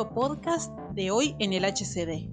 nuevo podcast de Hoy en el HCD.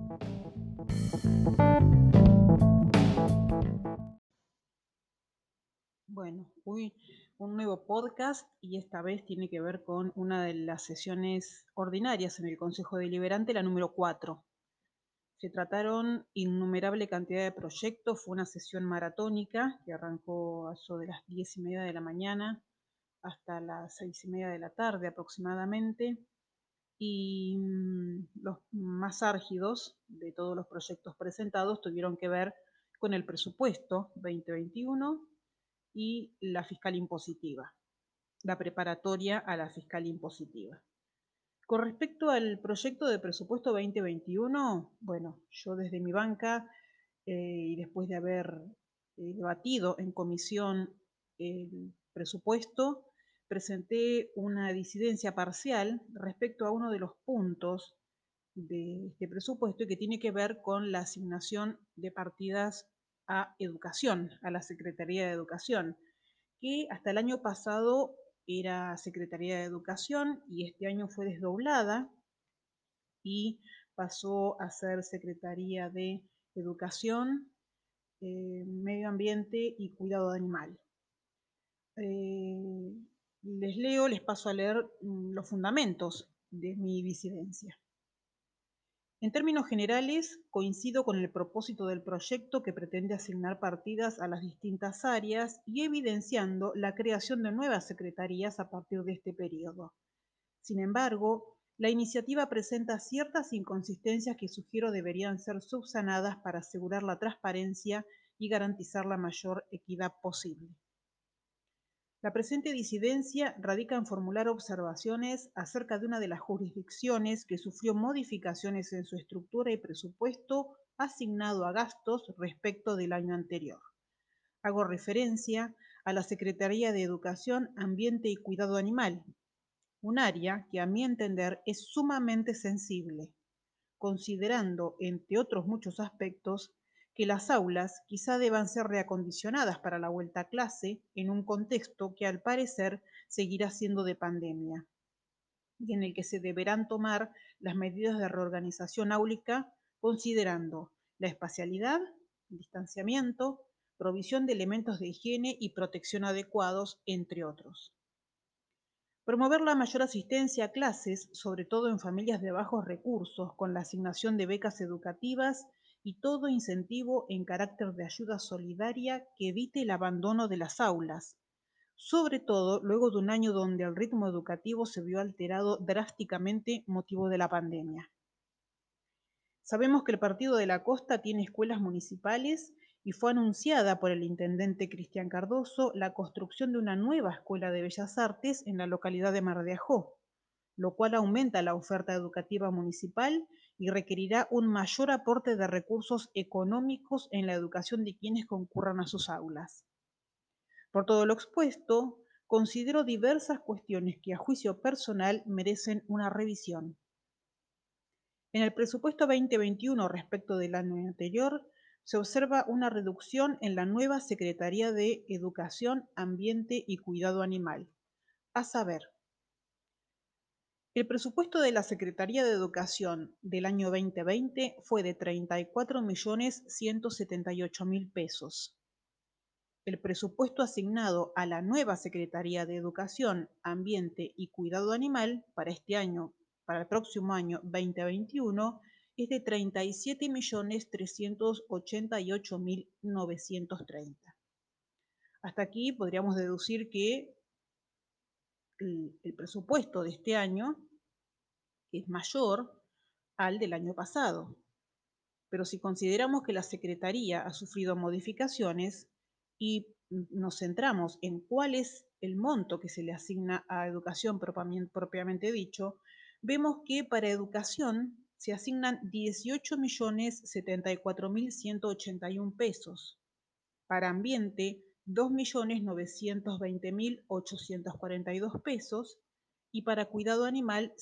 Bueno, hoy un nuevo podcast y esta vez tiene que ver con una de las sesiones ordinarias en el Consejo Deliberante, la número 4. Se trataron innumerable cantidad de proyectos, fue una sesión maratónica que arrancó a eso de las 10:30 de la mañana hasta las 6:30 de la tarde aproximadamente. Y los más álgidos de todos los proyectos presentados tuvieron que ver con el presupuesto 2021 y la fiscal impositiva, la preparatoria a la fiscal impositiva. Con respecto al proyecto de presupuesto 2021, bueno, yo desde mi banca y después de haber debatido en comisión el presupuesto, presenté una disidencia parcial respecto a uno de los puntos de este presupuesto que tiene que ver con la asignación de partidas a educación, a la Secretaría de Educación, que hasta el año pasado era Secretaría de Educación y este año fue desdoblada y pasó a ser Secretaría de Educación, Medio Ambiente y Cuidado Animal. Les paso a leer los fundamentos de mi disidencia. En términos generales, coincido con el propósito del proyecto que pretende asignar partidas a las distintas áreas y evidenciando la creación de nuevas secretarías a partir de este periodo. Sin embargo, la iniciativa presenta ciertas inconsistencias que sugiero deberían ser subsanadas para asegurar la transparencia y garantizar la mayor equidad posible. La presente disidencia radica en formular observaciones acerca de una de las jurisdicciones que sufrió modificaciones en su estructura y presupuesto asignado a gastos respecto del año anterior. Hago referencia a la Secretaría de Educación, Ambiente y Cuidado Animal, un área que a mi entender es sumamente sensible, considerando, entre otros muchos aspectos, que las aulas quizá deban ser reacondicionadas para la vuelta a clase en un contexto que al parecer seguirá siendo de pandemia y en el que se deberán tomar las medidas de reorganización áulica considerando la espacialidad, distanciamiento, provisión de elementos de higiene y protección adecuados, entre otros. Promover la mayor asistencia a clases, sobre todo en familias de bajos recursos, con la asignación de becas educativas y todo incentivo en carácter de ayuda solidaria que evite el abandono de las aulas, sobre todo luego de un año donde el ritmo educativo se vio alterado drásticamente motivo de la pandemia. Sabemos que el Partido de la Costa tiene escuelas municipales y fue anunciada por el intendente Cristian Cardoso la construcción de una nueva escuela de Bellas Artes en la localidad de Mar de Ajó, lo cual aumenta la oferta educativa municipal y requerirá un mayor aporte de recursos económicos en la educación de quienes concurran a sus aulas. Por todo lo expuesto, considero diversas cuestiones que a juicio personal merecen una revisión. En el presupuesto 2021 respecto del año anterior, se observa una reducción en la nueva Secretaría de Educación, Ambiente y Cuidado Animal. A saber, el presupuesto de la Secretaría de Educación del año 2020 fue de 34.178.000 pesos. El presupuesto asignado a la nueva Secretaría de Educación, Ambiente y Cuidado Animal para este año, para el próximo año 2021, es de 37.388.930. Hasta aquí podríamos deducir que el presupuesto de este año es mayor al del año pasado. Pero si consideramos que la Secretaría ha sufrido modificaciones y nos centramos en cuál es el monto que se le asigna a educación propiamente dicho, vemos que para educación se asignan 18.074.181 pesos, para ambiente 2.920.842 pesos y para cuidado animal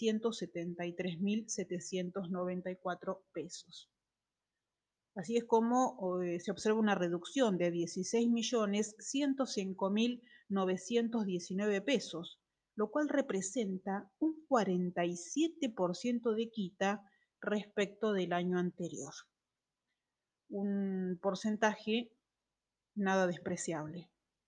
673.794 pesos. Así es como se observa una reducción de 16.105.919 pesos, lo cual representa un 47% de quita respecto del año anterior. Un porcentaje nada despreciable.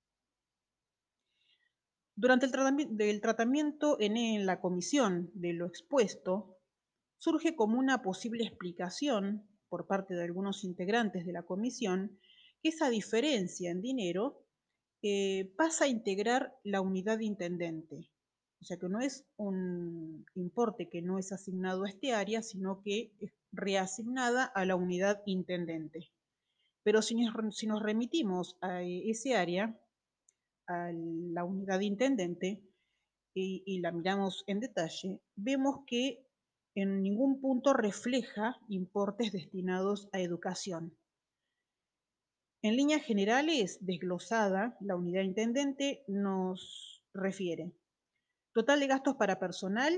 Durante el tratamiento en la comisión de lo expuesto, surge como una posible explicación por parte de algunos integrantes de la comisión que esa diferencia en dinero pasa a integrar la unidad de intendente. O sea que no es un importe que no es asignado a este área, sino que es reasignada a la unidad intendente. Pero si nos remitimos a ese área, a la unidad de intendente, y la miramos en detalle, vemos que en ningún punto refleja importes destinados a educación. En líneas generales, desglosada, la unidad intendente nos refiere total de gastos para personal,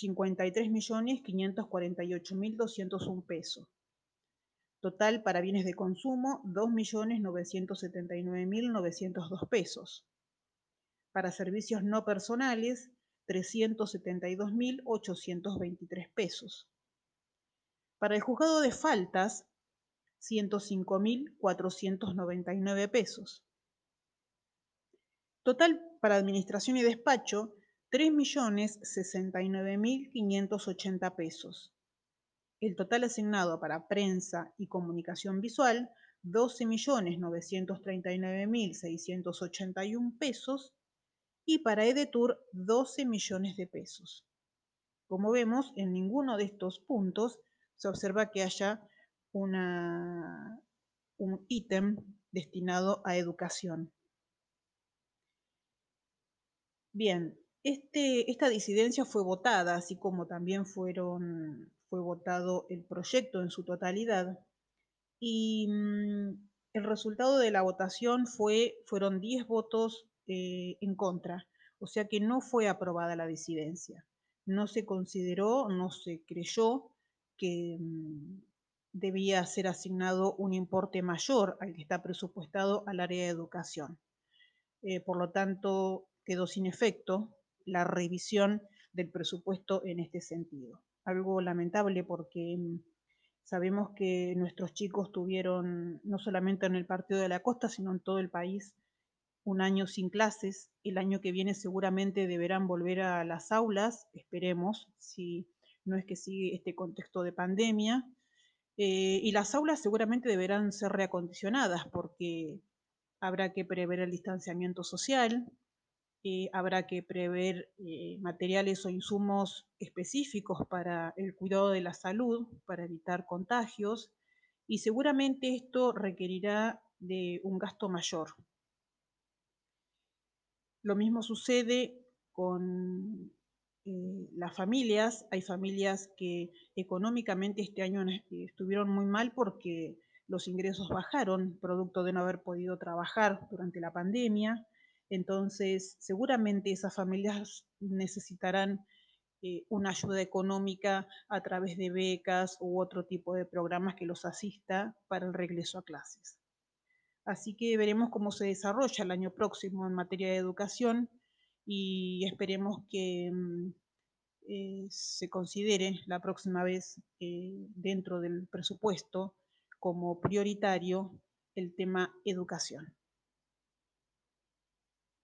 53.548.201 pesos. Total para bienes de consumo, 2.979.902 pesos. Para servicios no personales, 372.823 pesos. Para el juzgado de faltas, 105.499 pesos. Total para administración y despacho, 3.069.580 pesos. El total asignado para prensa y comunicación visual, 12.939.681 pesos. Y para EDETUR, 12 millones de pesos. Como vemos, en ninguno de estos puntos se observa que haya un ítem destinado a educación. Bien, esta disidencia fue votada, así como también fue votado el proyecto en su totalidad, y el resultado de la votación fueron 10 votos en contra, o sea que no fue aprobada la disidencia. No se consideró, no se creyó que debía ser asignado un importe mayor al que está presupuestado al área de educación. Por lo tanto, quedó sin efecto la revisión del presupuesto en este sentido. Algo lamentable porque sabemos que nuestros chicos tuvieron, no solamente en el Partido de la Costa, sino en todo el país, un año sin clases. El año que viene seguramente deberán volver a las aulas, esperemos, si no es que sigue este contexto de pandemia. Y las aulas seguramente deberán ser reacondicionadas porque habrá que prever el distanciamiento social, habrá que prever materiales o insumos específicos para el cuidado de la salud, para evitar contagios, y seguramente esto requerirá de un gasto mayor. Lo mismo sucede con las familias. Hay familias que económicamente este año estuvieron muy mal porque los ingresos bajaron, producto de no haber podido trabajar durante la pandemia. Entonces, seguramente esas familias necesitarán una ayuda económica a través de becas u otro tipo de programas que los asista para el regreso a clases. Así que veremos cómo se desarrolla el año próximo en materia de educación y esperemos que se considere la próxima vez dentro del presupuesto como prioritario el tema educación.